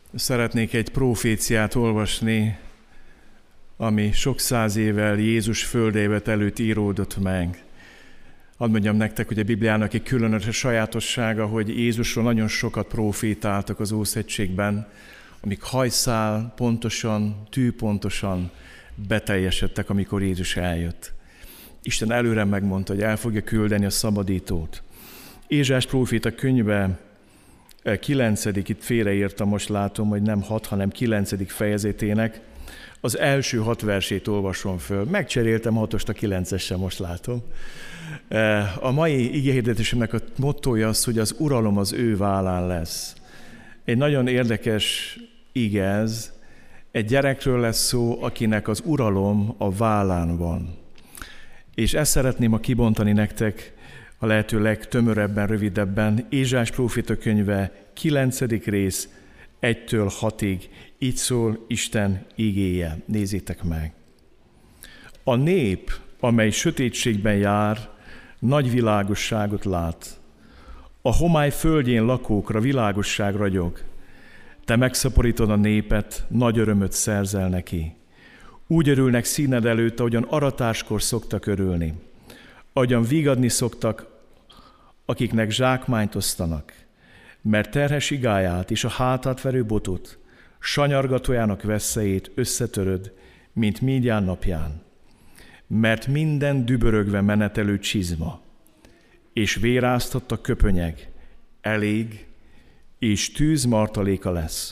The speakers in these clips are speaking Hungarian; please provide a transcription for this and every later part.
Szeretnék egy proféciát olvasni, ami sok száz évvel Jézus földévet előtt íródott meg. Hadd mondjam nektek, hogy a Bibliának egy különös sajátossága, hogy Jézusról nagyon sokat profétáltak az Ószövetségben, amik hajszál pontosan, tűpontosan beteljesedtek, amikor Jézus eljött. Isten előre megmondta, hogy el fogja küldeni a szabadítót. Ézsás próféta könyve 9. itt félreírtam, most látom, hogy nem 6, hanem 9. fejezetének az első 6 versét olvasom föl. Megcseréltem 6-ost a 9-essel, most látom. A mai igehirdetésemnek a mottója az, hogy az uralom az ő vállán lesz. Egy nagyon érdekes ige ez. Egy gyerekről lesz szó, akinek az uralom a vállán van. És ezt szeretném ma kibontani nektek a lehető legtömörebben, rövidebben. Ézsás próféta könyve 9. rész 1-től 6-ig. Így szól Isten igéje. Nézzétek meg. A nép, amely sötétségben jár, nagy világosságot lát. A homály földjén lakókra világosság ragyog. Te megszaporítod a népet, nagy örömöt szerzel neki. Úgy örülnek színed előtt, ahogyan aratáskor szoktak örülni. Ahogyan vigadni szoktak, akiknek zsákmányt osztanak. Mert terhes igáját és a hátát verő botot, sanyargatójának veszélyét összetöröd, mint Mídján napján. Mert minden dübörögve menetelő csizma, és véráztott a köpönyeg, elég, és tűz martaléka lesz.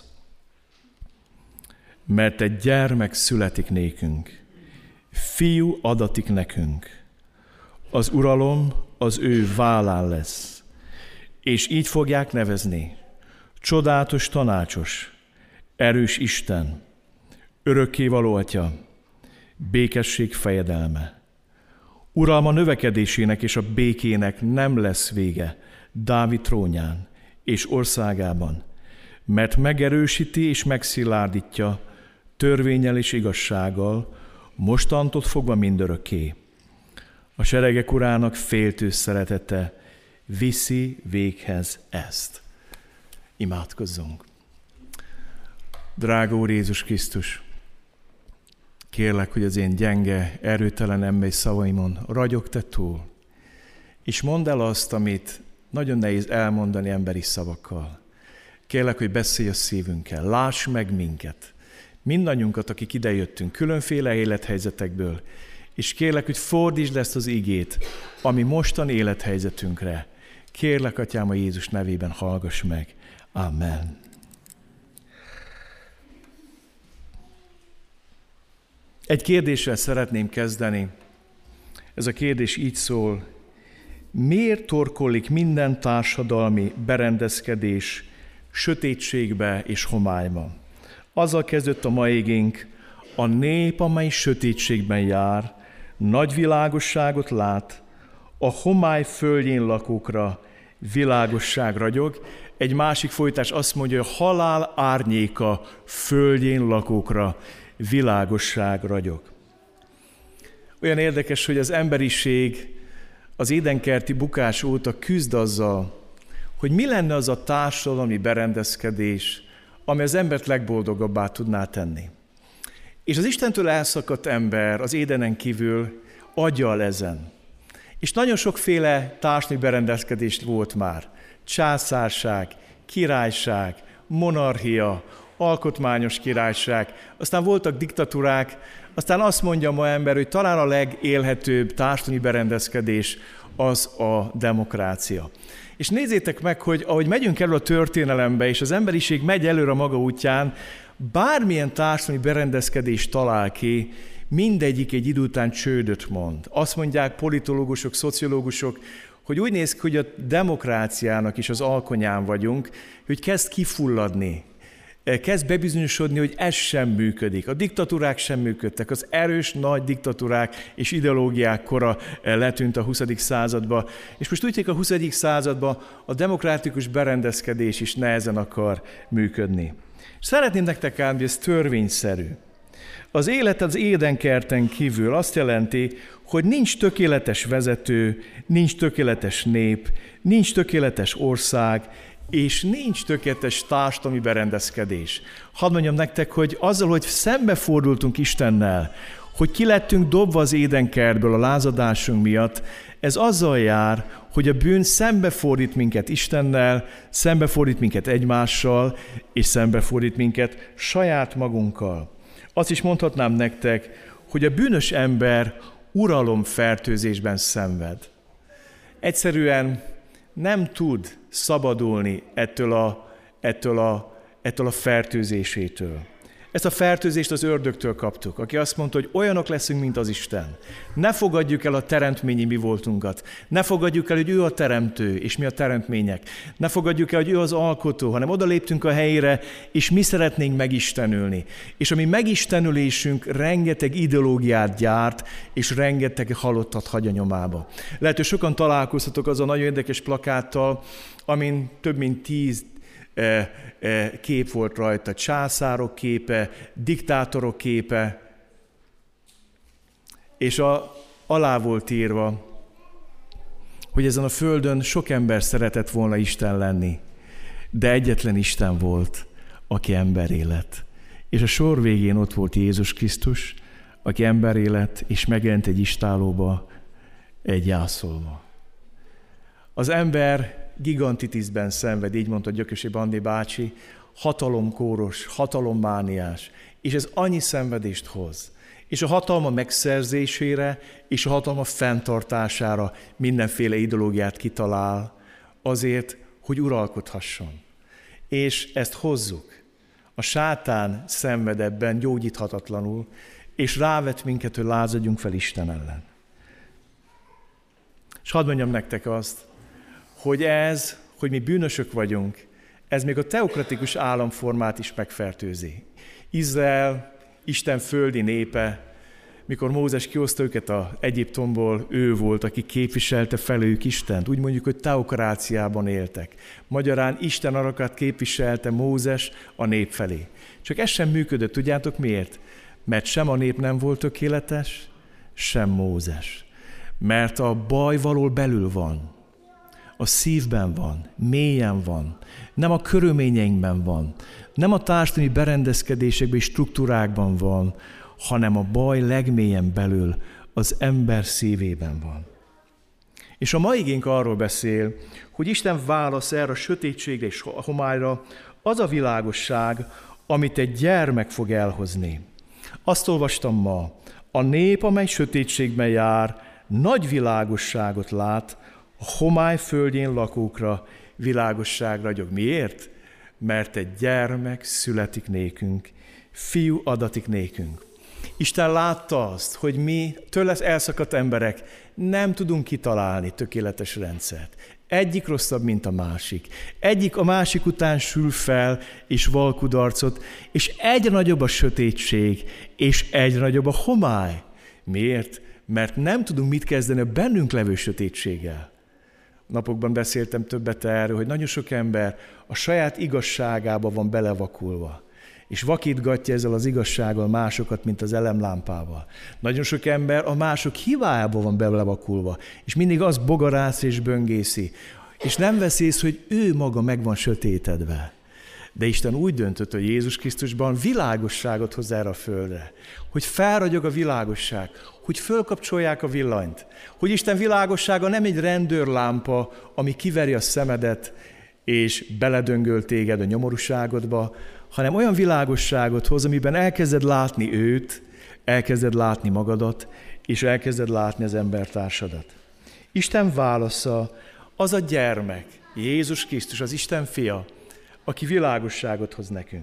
Mert egy gyermek születik nékünk, fiú adatik nekünk. Az uralom az ő vállán lesz, és így fogják nevezni: Csodálatos tanácsos, erős Isten, örökkévaló Atya, békesség fejedelme. Uralma növekedésének és a békének nem lesz vége Dávid trónján és országában, mert megerősíti és megszilárdítja törvénnyel és igazsággal, mostantól fogva mindörökké. A seregek urának féltő szeretete viszi véghez ezt. Imádkozzunk. Drága Úr Jézus Krisztus, kérlek, hogy az én gyenge, erőtelen emberi szavaimon ragyog te túl, és mondd el azt, amit nagyon nehéz elmondani emberi szavakkal. Kérlek, hogy beszélj a szívünkkel, láss meg minket, mindannyiunkat, akik idejöttünk különféle élethelyzetekből, és kérlek, hogy fordítsd ezt az igét, ami mostan élethelyzetünkre. Kérlek, Atyám, a Jézus nevében hallgass meg. Amen. Egy kérdéssel szeretném kezdeni. Ez a kérdés így szól: miért torkollik minden társadalmi berendezkedés sötétségbe és homályba? Azzal kezdődött a mai igénk: a nép, amely sötétségben jár, nagy világosságot lát, a homály földjén lakókra világosság ragyog. Egy másik folytás azt mondja, hogy halál árnyéka földjén lakókra világosság ragyog. Olyan érdekes, hogy az emberiség az édenkerti bukás óta küzd azzal, hogy mi lenne az a társadalmi berendezkedés, ami az embert legboldogabbá tudná tenni. És az Istentől elszakadt ember az édenen kívül aggyal ezen. És nagyon sokféle társadalmi berendezkedés volt már. Császárság, királyság, monarchia, alkotmányos királyság, aztán voltak diktatúrák, aztán azt mondja ma ember, hogy talán a legélhetőbb társadalmi berendezkedés az a demokrácia. És nézzétek meg, hogy ahogy megyünk elő a történelembe, és az emberiség megy előre a maga útján, bármilyen társadalmi berendezkedést talál ki, mindegyik egy idő után csődöt mond. Azt mondják politológusok, szociológusok, hogy úgy néz ki, hogy a demokráciának is az alkonyán vagyunk, hogy kezd kifulladni. Kezd bebizonyosodni, hogy ez sem működik. A diktatúrák sem működtek. Az erős, nagy diktatúrák és ideológiák kora letűnt a 20. századba. És most úgy tűnik, a 20. században a demokratikus berendezkedés is nehezen akar működni. Szeretném nektek elmondani, hogy ez törvényszerű. Az élet az édenkerten kívül azt jelenti, hogy nincs tökéletes vezető, nincs tökéletes nép, nincs tökéletes ország, és nincs tökéletes társadalmi berendezkedés. Hadd mondjam nektek, hogy azzal, hogy szembefordultunk Istennel, hogy ki lettünk dobva az édenkertből a lázadásunk miatt, ez azzal jár, hogy a bűn szembefordít minket Istennel, szembefordít minket egymással, és szembefordít minket saját magunkkal. Azt is mondhatnám nektek, hogy a bűnös ember uralomfertőzésben szenved. Egyszerűen nem tud szabadulni ettől a fertőzésétől. Ezt a fertőzést az ördögtől kaptuk, aki azt mondta, hogy olyanok leszünk, mint az Isten. Ne fogadjuk el a teremtményi mi voltunkat. Ne fogadjuk el, hogy ő a teremtő, és mi a teremtmények. Ne fogadjuk el, hogy ő az alkotó, hanem oda léptünk a helyére, és mi szeretnénk megistenülni. És a mi megistenülésünk rengeteg ideológiát gyárt, és rengeteg halottat hagy a nyomába. Lehet, hogy sokan találkoztatok az a nagyon érdekes plakáttal, amin több mint 10 kép volt rajta, császárok képe, diktátorok képe, és alá volt írva, hogy ezen a földön sok ember szeretett volna Isten lenni, de egyetlen Isten volt, aki emberé lett. És a sor végén ott volt Jézus Krisztus, aki emberé lett, és megjelent egy istállóba, egy jászolva. Az ember gigantitiszben szenved, így mondta Gyökösi Bandi bácsi, hatalomkóros, hatalommániás, és ez annyi szenvedést hoz. És a hatalma megszerzésére, és a hatalma fenntartására mindenféle ideológiát kitalál azért, hogy uralkodhasson. És ezt hozzuk. A sátán szenved ebben gyógyíthatatlanul, és rávet minket, hogy lázadjunk fel Isten ellen. És hadd mondjam nektek azt, hogy mi bűnösök vagyunk, ez még a teokratikus államformát is megfertőzi. Izrael, Isten földi népe, mikor Mózes kihozta őket az Egyiptomból, ő volt, aki képviselte felőjük Istent. Úgy mondjuk, hogy teokráciában éltek. Magyarán Isten arakat képviselte Mózes a nép felé. Csak ez sem működött, tudjátok miért? Mert sem a nép nem volt tökéletes, sem Mózes. Mert a baj való belül van. A szívben van, mélyen van, nem a körülményeinkben van, nem a társadalmi berendezkedésekben és struktúrákban van, hanem a baj legmélyen belül az ember szívében van. És a mai igénk arról beszél, hogy Isten válasz erre a sötétségre és a homályra az a világosság, amit egy gyermek fog elhozni. Azt olvastam ma, a nép, amely sötétségben jár, nagy világosságot lát, a homály földjén lakókra világosság ragyog. Miért? Mert egy gyermek születik nékünk, fiú adatik nékünk. Isten látta azt, hogy mi tőle elszakadt emberek nem tudunk kitalálni tökéletes rendszert. Egyik rosszabb, mint a másik. Egyik a másik után sül fel, és val kudarcot, és egyre nagyobb a sötétség, és egyre nagyobb a homály. Miért? Mert nem tudunk mit kezdeni a bennünk levő sötétséggel. Napokban beszéltem többet erről, hogy nagyon sok ember a saját igazságába van belevakulva, és vakítgatja ezzel az igazsággal másokat, mint az elemlámpával. Nagyon sok ember a mások hibájába van belevakulva, és mindig azt bogarász és böngészi, és nem veszi észre, hogy ő maga meg van sötétedve. De Isten úgy döntött, hogy Jézus Krisztusban világosságot hoz erre a földre, hogy felragyog a világosság, hogy fölkapcsolják a villanyt, hogy Isten világossága nem egy rendőrlámpa, ami kiveri a szemedet, és beledöngöl téged a nyomorúságodba, hanem olyan világosságot hoz, amiben elkezded látni őt, elkezded látni magadat, és elkezded látni az embertársadat. Isten válasza az a gyermek, Jézus Krisztus, az Isten fia, aki világosságot hoz nekünk.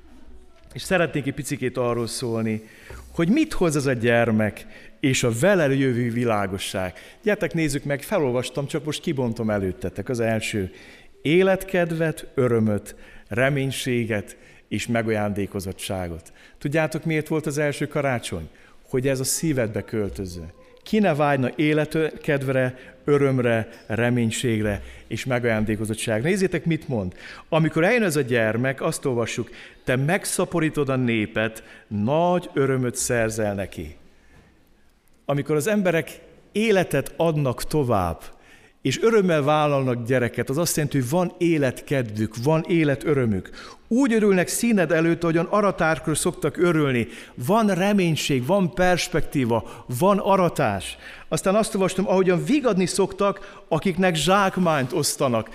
És szeretnék egy picikét arról szólni, hogy mit hoz ez a gyermek, és a vele jövő világosság. Gyertek, nézzük meg, felolvastam, csak most kibontom előttetek. Az első, életkedvet, örömöt, reménységet és megajándékozottságot. Tudjátok, miért volt az első karácsony? Hogy ez a szívedbe költözön. Ki ne vágyna életkedvre, örömre, reménységre és megajándékozottságra. Nézzétek, mit mond. Amikor eljön ez a gyermek, azt olvassuk, te megszaporítod a népet, nagy örömöt szerzel neki. Amikor az emberek életet adnak tovább, és örömmel vállalnak gyereket, az azt jelenti, hogy van életkedvük, van életörömük. Úgy örülnek színed előtt, ahogyan aratárkor szoktak örülni. Van reménység, van perspektíva, van aratás. Aztán azt olvastam, ahogyan vigadni szoktak, akiknek zsákmányt osztanak.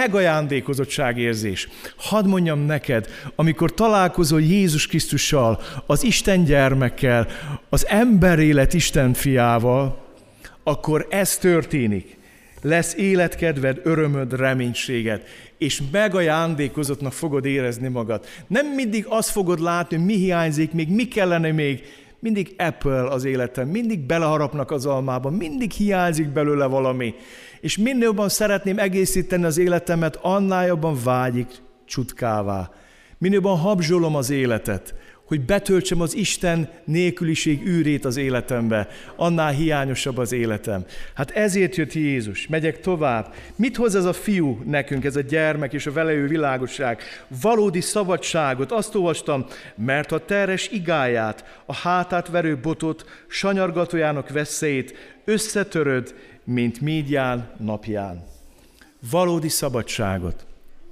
Megajándékozottságérzés. Hadd mondjam neked, amikor találkozol Jézus Krisztussal, az Isten gyermekkel, az emberélet Isten fiával, akkor ez történik. Lesz életkedved, örömöd, reménységed, és megajándékozottnak fogod érezni magad. Nem mindig azt fogod látni, hogy mi hiányzik még, mi kellene még. Mindig Apple az életem, mindig beleharapnak az almába, mindig hiányzik belőle valami. És minél jobban szeretném egészíteni az életemet, annál jobban vágyik csutkává. Minél jobban habzsolom az életet, hogy betöltsem az Isten nélküliség űrét az életembe, annál hiányosabb az életem. Hát ezért jött Jézus. Megyek tovább. Mit hoz ez a fiú nekünk, ez a gyermek és a vele jövő világosság? Valódi szabadságot. Azt olvastam, mert a terhes igáját, a hátát verő botot, sanyargatójának veszélyét összetöröd, mint Mídján napján. Valódi szabadságot.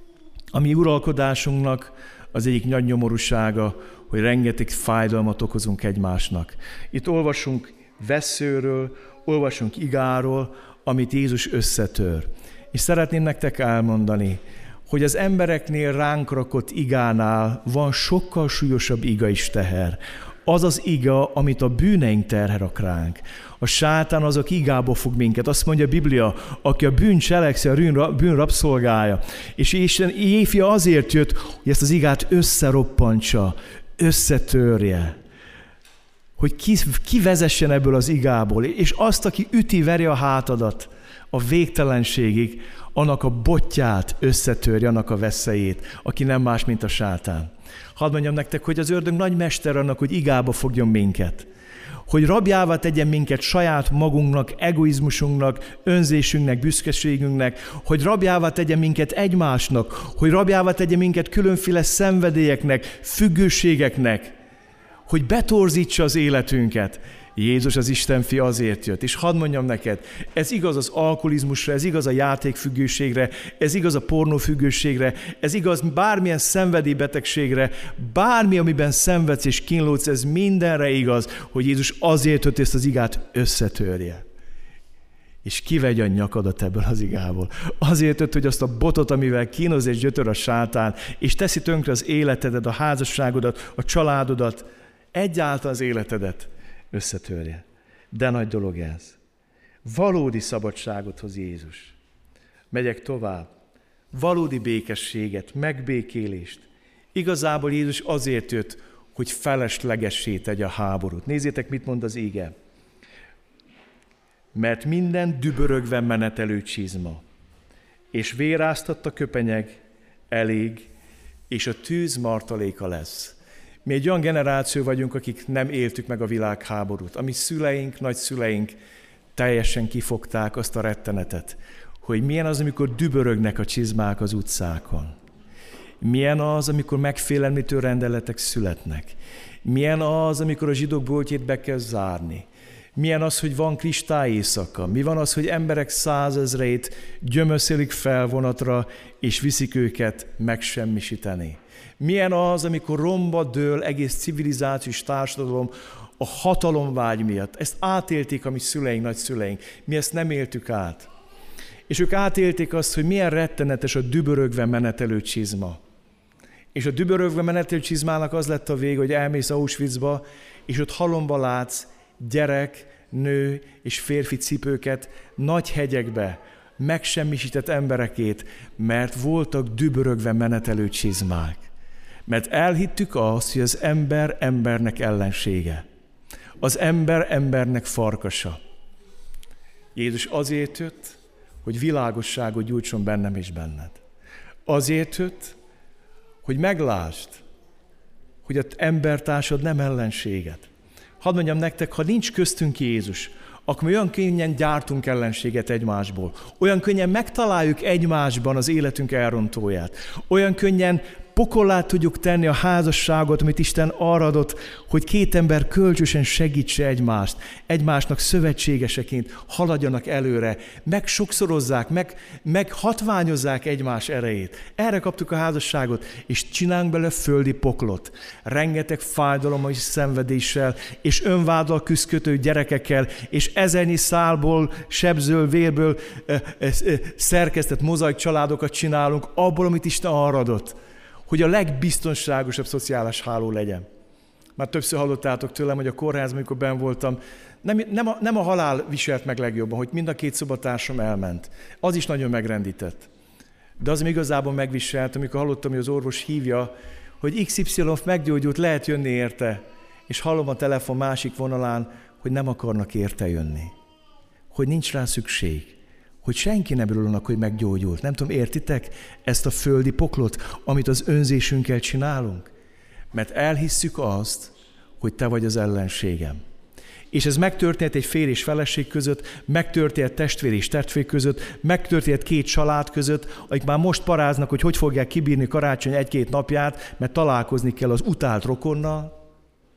A mi uralkodásunknak az egyik nagy nyomorúsága, hogy rengeteg fájdalmat okozunk egymásnak. Itt olvasunk vesszőről, olvasunk igáról, amit Jézus összetör. És szeretném nektek elmondani, hogy az embereknél ránk rakott igánál van sokkal súlyosabb iga is teher. Az az iga, amit a bűneink terher ránk. A sátán az, aki igába fog minket. Azt mondja a Biblia, aki a bűn cselekszi, a bűn rabszolgája. És Isten éjfia azért jött, hogy ezt az igát összeroppantsa, összetörje, hogy kivezessen ebből az igából, és azt, aki üti-veri a hátadat a végtelenségig, annak a botját összetörje, annak a veszélyét, aki nem más, mint a sátán. Hadd mondjam nektek, hogy az ördög nagy mester annak, hogy igába fogjon minket, hogy rabjává tegyen minket saját magunknak, egoizmusunknak, önzésünknek, büszkeségünknek, hogy rabjává tegyen minket egymásnak, hogy rabjává tegyen minket különféle szenvedélyeknek, függőségeknek, hogy betorzítsa az életünket. Jézus az Isten fia azért jött. És hadd mondjam neked, ez igaz az alkoholizmusra, ez igaz a játékfüggőségre, ez igaz a pornófüggőségre, ez igaz bármilyen szenvedélybetegségre, bármi, amiben szenvedsz és kínlódsz, ez mindenre igaz, hogy Jézus azért jött, ezt az igát összetörje. És kivegye a nyakadat ebből az igából. Azért jött, hogy azt a botot, amivel kínoz és gyötör a sátán, és teszi tönkre az életedet, a házasságodat, a családodat, egyáltalán az életedet összetörje. De nagy dolog ez. Valódi szabadságot hoz Jézus. Megyek tovább. Valódi békességet, megbékélést. Igazából Jézus azért jött, hogy feleslegessé tegye a háborút. Nézzétek, mit mond az íge. Mert minden dübörögve menetelő csizma, és véráztatta köpenyeg elég, és a tűz martaléka lesz. Mi egy olyan generáció vagyunk, akik nem éltük meg a világháborút. A mi szüleink, nagyszüleink teljesen kifogták azt a rettenetet, hogy milyen az, amikor dübörögnek a csizmák az utcákon. Milyen az, amikor megfélemlítő rendeletek születnek. Milyen az, amikor a zsidók boltjét be kell zárni. Milyen az, hogy van kristály éjszaka. Mi van az, hogy emberek 100 000-eit gyömöszölik fel vonatra, és viszik őket megsemmisíteni. Milyen az, amikor romba dől egész civilizációs társadalom a hatalomvágy miatt. Ezt átélték a mi szüleink, nagyszüleink. Mi ezt nem éltük át. És ők átélték azt, hogy milyen rettenetes a dübörögve menetelő csizma. És a dübörögve menetelő csizmának az lett a vége, hogy elmész Auschwitzba, és ott halomba látsz gyerek, nő és férfi cipőket nagy hegyekbe, megsemmisített emberekét, mert voltak dübörögve menetelő csizmák. Mert elhittük azt, hogy az ember embernek ellensége. Az ember embernek farkasa. Jézus azért jött, hogy világosságot gyújtson bennem és benned. Azért jött, hogy meglásd, hogy az embertársad nem ellenséget. Hadd mondjam nektek, ha nincs köztünk Jézus, akkor mi olyan könnyen gyártunk ellenséget egymásból. Olyan könnyen megtaláljuk egymásban az életünk elrontóját. Olyan könnyen pokollá tudjuk tenni a házasságot, amit Isten arra adott, hogy két ember kölcsösen segítse egymást, egymásnak szövetségeseként haladjanak előre, meg sokszorozzák, meg hatványozzák egymás erejét. Erre kaptuk a házasságot, és csinálunk bele földi poklot. Rengeteg fájdalommal és szenvedéssel, és önváddal küszködő gyerekekkel, és ezernyi szálból, sebzől, vérből szerkesztett mozaik családokat csinálunk, abból, amit Isten arra adott, hogy a legbiztonságosabb szociális háló legyen. Már többször hallottátok tőlem, hogy a kórházban, amikor benn voltam, nem a halál viselt meg legjobban, hogy mind a két szobatársam elment. Az is nagyon megrendített. De az igazából megviselt, amikor hallottam, hogy az orvos hívja, hogy XY meggyógyult, lehet jönni érte, és hallom a telefon másik vonalán, hogy nem akarnak érte jönni. Hogy nincs rá szükség. Hogy senki nem örülnek, hogy meggyógyult. Nem tudom, értitek ezt a földi poklot, amit az önzésünkkel csinálunk? Mert elhisszük azt, hogy te vagy az ellenségem. És ez megtörténhet egy férj és feleség között, megtörténhet testvér és testvér között, megtörténhet két család között, akik már most paráznak, hogy fogják kibírni karácsony egy-két napját, mert találkozni kell az utált rokonnal.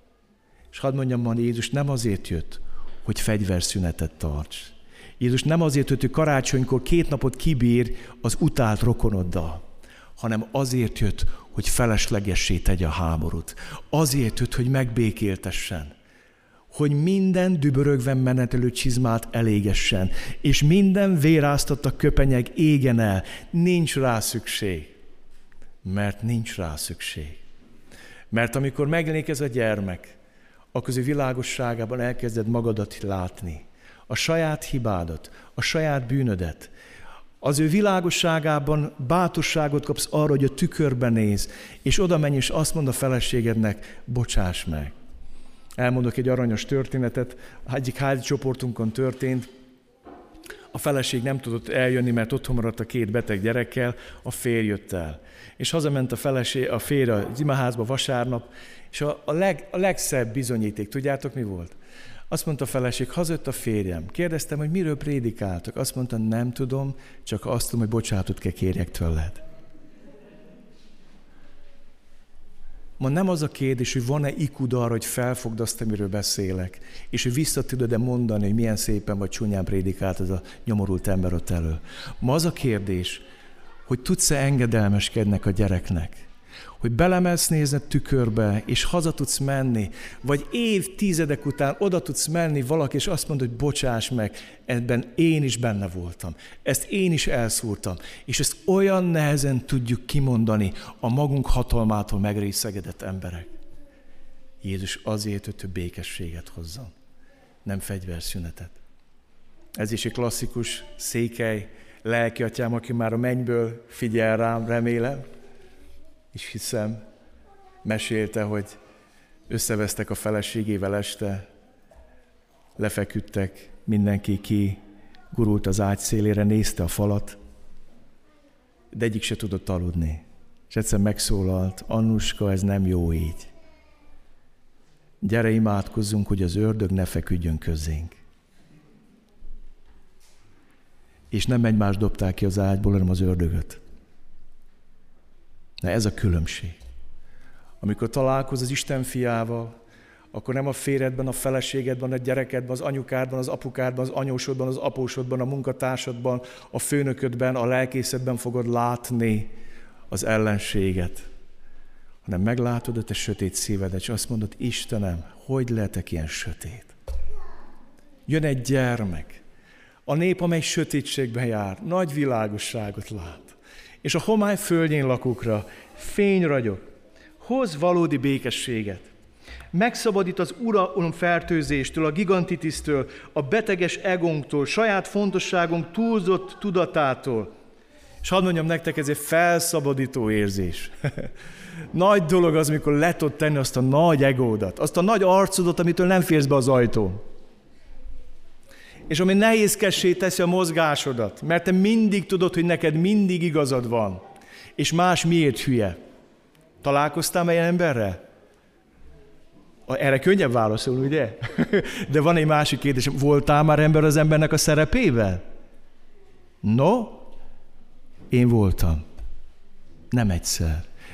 És hadd mondjam, hogy Jézus nem azért jött, hogy fegyverszünetet tarts. Jézus nem azért jött, hogy karácsonykor 2 napot kibír az utált rokonoddal, hanem azért jött, hogy feleslegessé tegye a háborút. Azért jött, hogy megbékéltessen. Hogy minden dübörögve menetelő csizmát elégessen, és minden véráztatta köpenyeg égen el. Nincs rá szükség. Mert nincs rá szükség. Mert amikor megjelenik ez a gyermek, akkor az ő világosságában elkezded magadat látni. A saját hibádat, a saját bűnödet. Az ő világosságában bátorságot kapsz arra, hogy a tükörben néz, és oda menj, és azt mond a feleségednek, bocsáss meg. Elmondok egy aranyos történetet, egyik házi csoportunkon történt. A feleség nem tudott eljönni, mert otthon maradt a 2 beteg gyerekkel, a férj jött el. És hazament a férj az imaházba vasárnap, és a legszebb bizonyíték, tudjátok mi volt? Azt mondta a feleség, hazajött a férjem. Kérdeztem, hogy miről prédikáltok. Azt mondta, nem tudom, csak azt tudom, hogy bocsánatot kell kérjek tőled. Ma nem az a kérdés, hogy van-e IQ-d arra, hogy felfogd azt, amiről beszélek, és hogy vissza tudod-e mondani, hogy milyen szépen vagy csúnyán prédikált ez a nyomorult ember ott elől. Ma az a kérdés, hogy tudsz-e engedelmeskednek a gyereknek, hogy belemelsz nézni tükörbe, és haza tudsz menni, vagy évtizedek után oda tudsz menni valaki, és azt mondod, hogy bocsáss meg, ebben én is benne voltam. Ezt én is elszúrtam. És ezt olyan nehezen tudjuk kimondani a magunk hatalmától megrészegedett emberek. Jézus azért, hogy békességet hozzon, nem fegyverszünetet. Ez is egy klasszikus Székely lelkiatyám, aki már a mennyből figyel rám, remélem, és hiszem, mesélte, hogy összevesztek a feleségével este, lefeküdtek, mindenki ki, gurult az ágy szélére, nézte a falat, de egyik se tudott aludni. És egyszer megszólalt, Annuska, ez nem jó így. Gyere, imádkozzunk, hogy az ördög ne feküdjön közénk. És nem egymást dobták ki az ágyból, hanem az ördögöt. Na ez a különbség. Amikor találkozz az Isten fiával, akkor nem a férjedben, a feleségedben, a gyerekedben, az anyukádban, az apukádban, az anyósodban, az apósodban, a munkatársadban, a főnöködben, a lelkészedben fogod látni az ellenséget, hanem meglátod a te sötét szívedet, és azt mondod, Istenem, hogy lehetek ilyen sötét? Jön egy gyermek, a nép, amely sötétségben jár, nagy világosságot lát. És a homály földjén lakókra fény ragyog, hoz valódi békességet. Megszabadít az uralom fertőzéstől, a gigantitisztől, a beteges egónktól, saját fontosságunk túlzott tudatától. És hadd mondjam nektek, ez egy felszabadító érzés. Nagy dolog az, mikor le tudod tenni azt a nagy egódat, azt a nagy arcodat, amitől nem férsz be az ajtón. És ami nehézkessé teszi a mozgásodat, mert te mindig tudod, hogy neked mindig igazad van, és más miért hülye. Találkoztál ilyen emberrel? Erre könnyebb válaszolni, ugye? De van egy másik kérdés, voltál már ember az embernek a szerepével? No, én voltam. Nem egyszer.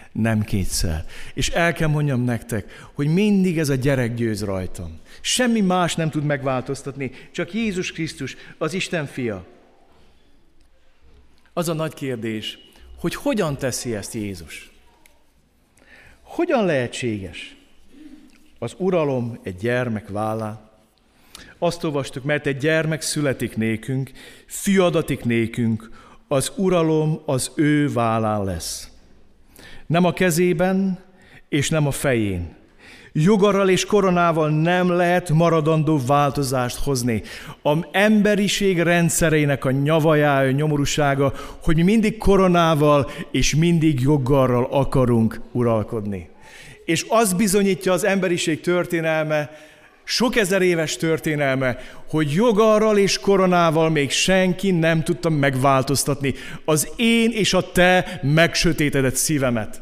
nem kétszer. És el kell mondjam nektek, hogy mindig ez a gyerek győz rajtam. Semmi más nem tud megváltoztatni, csak Jézus Krisztus, az Isten fia. Az a nagy kérdés, hogy hogyan teszi ezt Jézus? Hogyan lehetséges? Az uralom egy gyermek vállán. Azt olvastuk, mert egy gyermek születik nékünk, fiú adatik nékünk, az uralom az ő vállán lesz. Nem a kezében, és nem a fején. Jogarral és koronával nem lehet maradandó változást hozni. Az emberiség rendszerének a nyavajája, nyomorúsága, hogy mi mindig koronával és mindig joggarral akarunk uralkodni. És az bizonyítja az emberiség történelme, sok ezer éves történelme, hogy jogarral és koronával még senki nem tudta megváltoztatni az én és a te megsötétedett szívemet.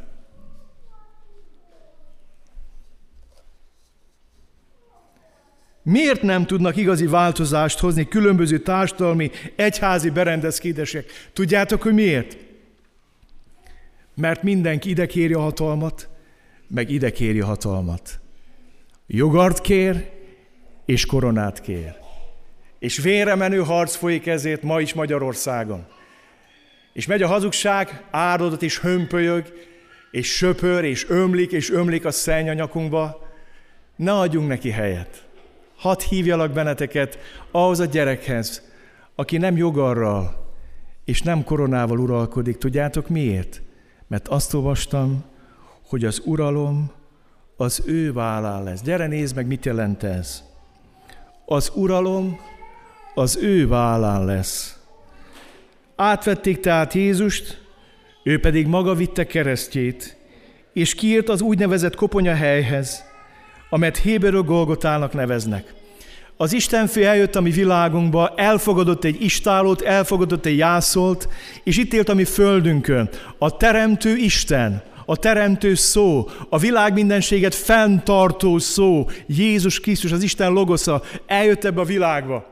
Miért nem tudnak igazi változást hozni különböző társadalmi, egyházi berendezkedések? Tudjátok, hogy miért? Mert mindenki ide kéri a hatalmat, meg ide kéri a hatalmat. Jogart kér, és koronát kér. És vérre menő harc folyik ezért ma is Magyarországon. És megy a hazugság, áradat és hömpölyög, és söpör, és ömlik a szenny a nyakunkba. Ne adjunk neki helyet. Hadd hívjalak benneteket ahhoz a gyerekhez, aki nem jogarral és nem koronával uralkodik. Tudjátok miért? Mert azt olvastam, hogy az uralom az ő vállán lesz. Gyere, nézd meg, mit jelent ez. Az uralom az ő vállán lesz. Átvették tehát Jézust, ő pedig maga vitte keresztjét, és kiírt az úgynevezett koponyahelyhez, amelyet héberül Golgotának neveznek. Az Istenfő eljött a mi világunkba, elfogadott egy istállót, elfogadott egy jászolt, és itt élt a mi földünkön. A teremtő Isten, a teremtő szó, a világ mindenséget fenntartó szó, Jézus Krisztus, az Isten logosza eljött ebbe a világba.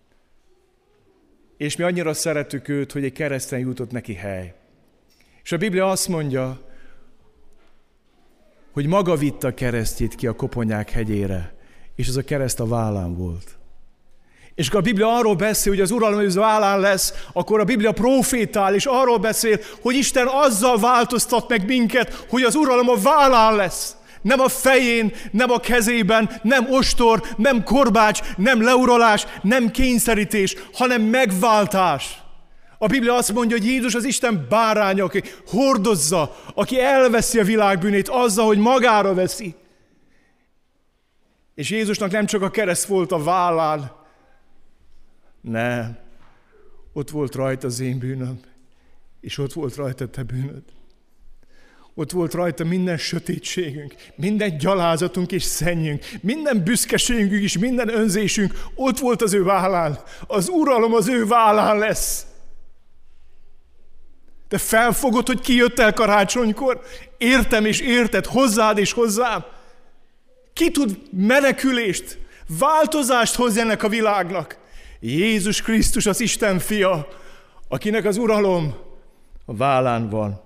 És mi annyira szeretjük őt, hogy egy kereszten jutott neki hely. És a Biblia azt mondja, hogy maga vitte a keresztjét ki a koponyák hegyére, és ez a kereszt a vállán volt. És akkor a Biblia arról beszél, hogy az uralom az vállán lesz, akkor a Biblia profétál, és arról beszél, hogy Isten azzal változtat meg minket, hogy az uralom a vállán lesz. Nem a fején, nem a kezében, nem ostor, nem korbács, nem leuralás, nem kényszerítés, hanem megváltás. A Biblia azt mondja, hogy Jézus az Isten báránya, aki hordozza, aki elveszi a világ bűnét azzal, hogy magára veszi. És Jézusnak nem csak a kereszt volt a vállán, nem. Ott volt rajta az én bűnöm, és ott volt rajta te bűnöd. Ott volt rajta minden sötétségünk, minden gyalázatunk és szennyünk, minden büszkeségünk és minden önzésünk, ott volt az ő vállán. Az uralom az ő vállán lesz. Te felfogod, hogy ki jött el karácsonykor? Értem és érted, hozzád és hozzám. Ki tud menekülést, változást hozni ennek a világnak? Jézus Krisztus, az Isten fia, akinek az uralom a vállán van.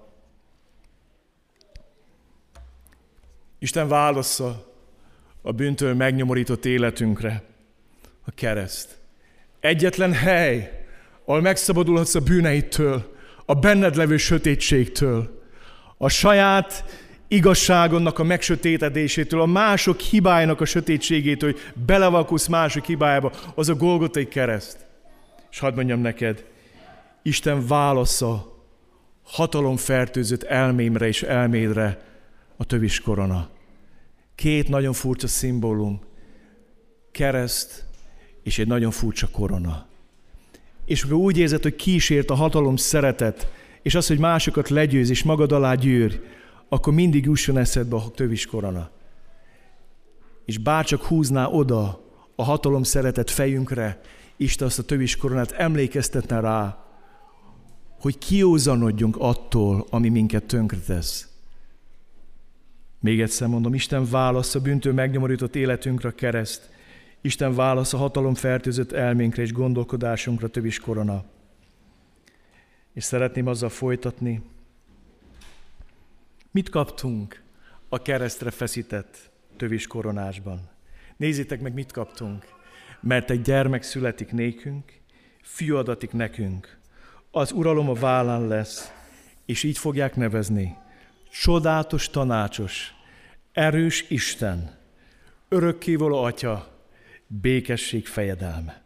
Isten válasza a bűntől megnyomorított életünkre a kereszt. Egyetlen hely, ahol megszabadulhatsz a bűneidtől, a benned levő sötétségtől, a saját igazságonnak a megsötétedésétől, a mások hibájának a sötétségétől, hogy belevakulsz mások hibájába, az a Golgotai kereszt. És hadd mondjam neked, Isten válasza hatalomfertőzött elmémre és elmédre a tövis korona. Két nagyon furcsa szimbólum, kereszt és egy nagyon furcsa korona. És amikor úgy érzed, hogy kísért a hatalom szeretet, és az, hogy másokat legyőz és magad alá gyűr, akkor mindig jusson eszedbe a tövis korona. És bárcsak húzná oda a hatalom szeretet fejünkre, Isten azt a tövis koronát emlékeztetne rá, hogy kiózanodjunk attól, ami minket tönkretesz. Még egyszer mondom, Isten válasz a bűntől megnyomorított életünkre a kereszt. Isten válasz a hatalom fertőzött elménkre és gondolkodásunkra tövis korona. És szeretném azzal folytatni, Mit kaptunk a keresztre feszített tövis koronásban? Nézzétek meg, mit kaptunk. Mert egy gyermek születik nékünk, fiú adatik nekünk. Az uralom a vállán lesz, és így fogják nevezni. Csodálatos tanácsos, erős Isten, örökkévaló Atya, békesség fejedelme.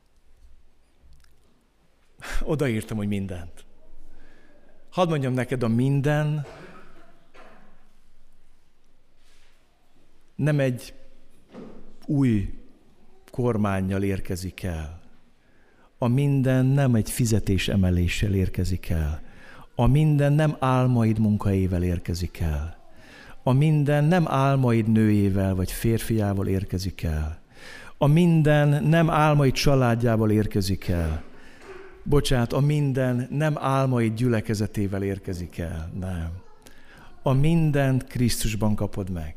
Odaírtam, hogy mindent. Hadd mondjam neked, a minden nem egy új kormánnyal érkezik el. A minden nem egy fizetésemeléssel érkezik el. A minden nem álmaid munkaével érkezik el. A minden nem álmaid nőjével vagy férfiával érkezik el. A minden nem álmaid családjával érkezik el. Bocsánat, a minden nem álmaid gyülekezetével érkezik el. Nem. A mindent Krisztusban kapod meg.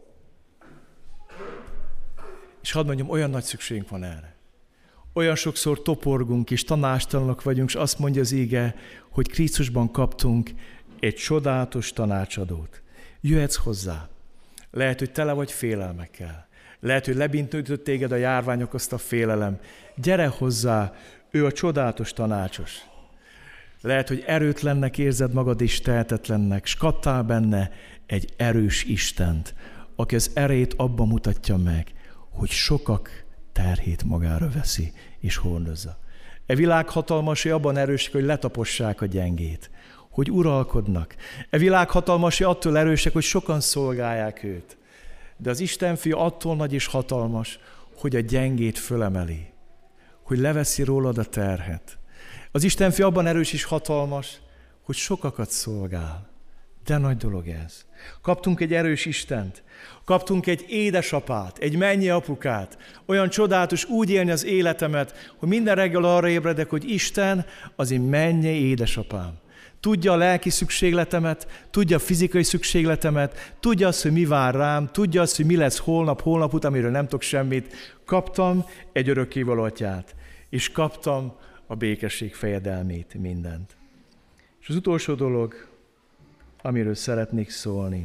És hadd mondjam, olyan nagy szükségünk van erre. Olyan sokszor toporgunk és tanástalanok vagyunk, és azt mondja az íge, hogy Krisztusban kaptunk egy csodálatos tanácsadót. Jöhetsz hozzá. Lehet, hogy tele vagy félelmekkel. Lehet, hogy lebintődött téged a járvány okozta félelem. Gyere hozzá, ő a csodálatos tanácsos. Lehet, hogy erőtlennek érzed magad és tehetetlennek, s kaptál benne egy erős Istent, aki az erejét abban mutatja meg, hogy sokak terhét magára veszi és hordozza. E világ hatalmasai abban erősek, hogy letapossák a gyengét, hogy uralkodnak. E világ hatalmasai attól erősek, hogy sokan szolgálják őt. De az Isten fia attól nagy és hatalmas, hogy a gyengét fölemeli, hogy leveszi rólad a terhet. Az Isten fia abban erős és hatalmas, hogy sokakat szolgál. De nagy dolog ez. Kaptunk egy erős Istent, kaptunk egy édesapát, egy mennyi apukát, olyan csodálatos úgy élni az életemet, hogy minden reggel arra ébredek, hogy Isten az én mennyi édesapám. Tudja a lelki szükségletemet, tudja a fizikai szükségletemet, tudja azt, hogy mi vár rám, tudja azt, hogy mi lesz holnap után, amiről nem tudok semmit. Kaptam egy örökkévaló Atyát, és kaptam a békesség fejedelmét, mindent. És az utolsó dolog, amiről szeretnék szólni,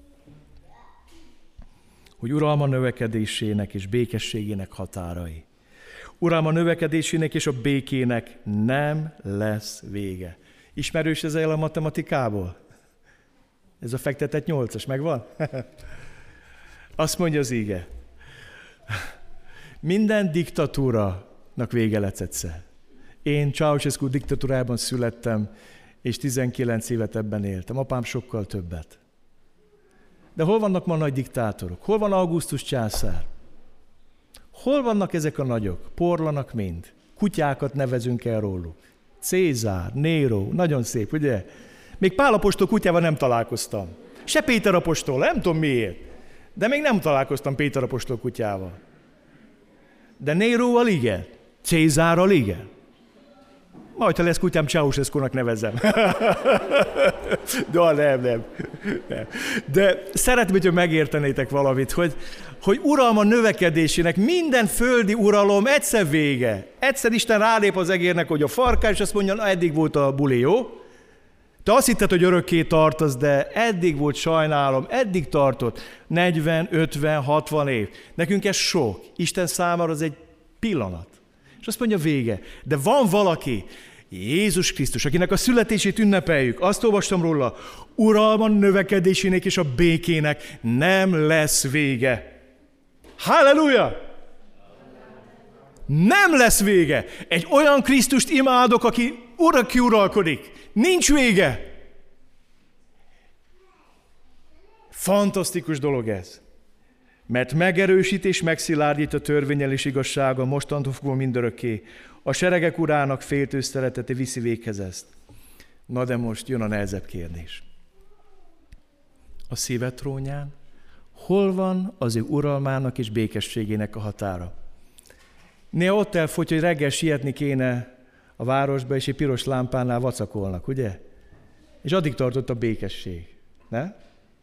hogy uralma növekedésének és békességének határai. Uralma növekedésének és a békének nem lesz vége. Ismerős ez a matematikából? Ez a fektetett 8-as, megvan? Azt mondja az íge. Minden diktatúrának vége lesz egyszer. Én Ceausescu diktatúrájában születtem, és 19 évet ebben éltem. Apám sokkal többet. De hol vannak ma nagy diktátorok? Hol van Augustus császár? Hol vannak ezek a nagyok? Porlanak mind. Kutyákat nevezünk el róluk. Cézár, Néró, nagyon szép, ugye? Még Pál apostol kutyával nem találkoztam. Se Péter apostol, nem tudom miért. De még nem találkoztam Péter apostol kutyával. De Néróval igen. Cézárral igen. Majd, ha lesz kutyám, Ceausescunak nevezem. De nem. De szeretném, hogy megértenétek valamit, hogy uralma növekedésének minden földi uralom egyszer vége. Egyszer Isten rálép az egérnek, hogy a farkás, és azt mondja, na eddig volt a buli, jó? Te azt hitted, hogy örökké tartasz, de eddig volt, sajnálom, eddig tartott 40, 50, 60 év. Nekünk ez sok. Isten számára az egy pillanat. És azt mondja, vége. De van valaki, Jézus Krisztus, akinek a születését ünnepeljük, azt olvastam róla, uralma növekedésének és a békének nem lesz vége. Halleluja! Nem lesz vége. Egy olyan Krisztust imádok, aki örökké uralkodik. Nincs vége. Fantasztikus dolog ez. Mert megerősít és megszilárdít a törvénnyel és igazsága mostantól fogva mindörökké. A seregek urának féltő szeretete viszi véghez ezt. Na de most jön a nehezebb kérdés. A szíve trónján hol van az ő uralmának és békességének a határa? Néha ott elfogy, hogy reggel sietni kéne a városba, és egy piros lámpánál vacakolnak, ugye? És addig tartott a békesség. Ne?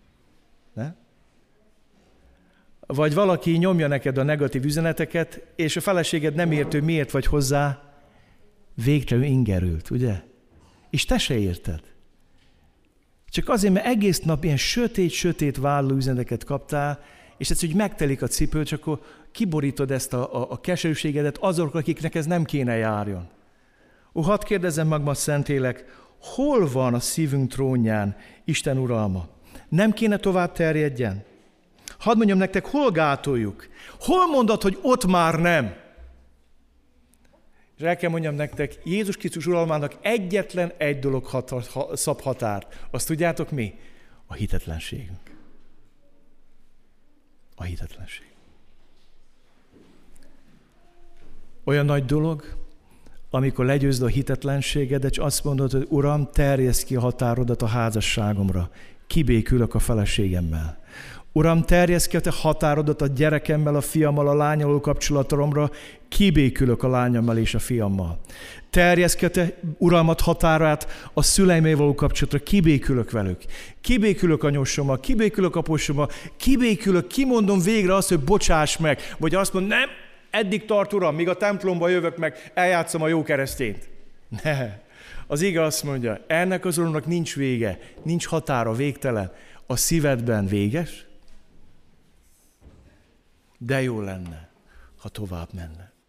Vagy valaki nyomja neked a negatív üzeneteket, és a feleséged nem értő, miért vagy hozzá végtelenül ingerült, ugye? És te se érted. Csak azért, mert egész nap ilyen sötét válló üzeneteket kaptál, és ez úgy megtelik a cipő, csak akkor kiborítod ezt a keserűségedet azok, akiknek ez nem kéne járjon. Hadd kérdezzem magam, Szentlélek, hol van a szívünk trónján Isten uralma? Nem kéne tovább terjedjen? Hadd mondjam nektek, hol gátoljuk? Hol mondod, hogy ott már nem? És el kell mondjam nektek, Jézus Krisztus uralmának egyetlen egy dolog szab határt. Azt tudjátok mi? A hitetlenségünk. A hitetlenség. Olyan nagy dolog, amikor legyőzd a hitetlenségedet, és azt mondod, hogy Uram, terjeszd ki a határodat a házasságomra. Kibékülök a feleségemmel. Uram, terjeszd ki a te határodat a gyerekemmel, a fiammal, a lányal kapcsolatomra, kibékülök a lányommal és a fiammal. Terjeszd ki a te uralmat határát a szüleimmel való kapcsolatra, kibékülök velük. Kibékülök anyósommal, kibékülök aposommal, kibékülök, kimondom végre azt, hogy bocsáss meg, vagy azt mondom, nem, eddig tart, Uram, míg a templomba jövök meg, eljátszom a jó keresztényt. Ne. Az ige azt mondja, ennek az Uramnak nincs vége, nincs határa, végtelen. A szívedben véges, de jó lenne, ha tovább menne.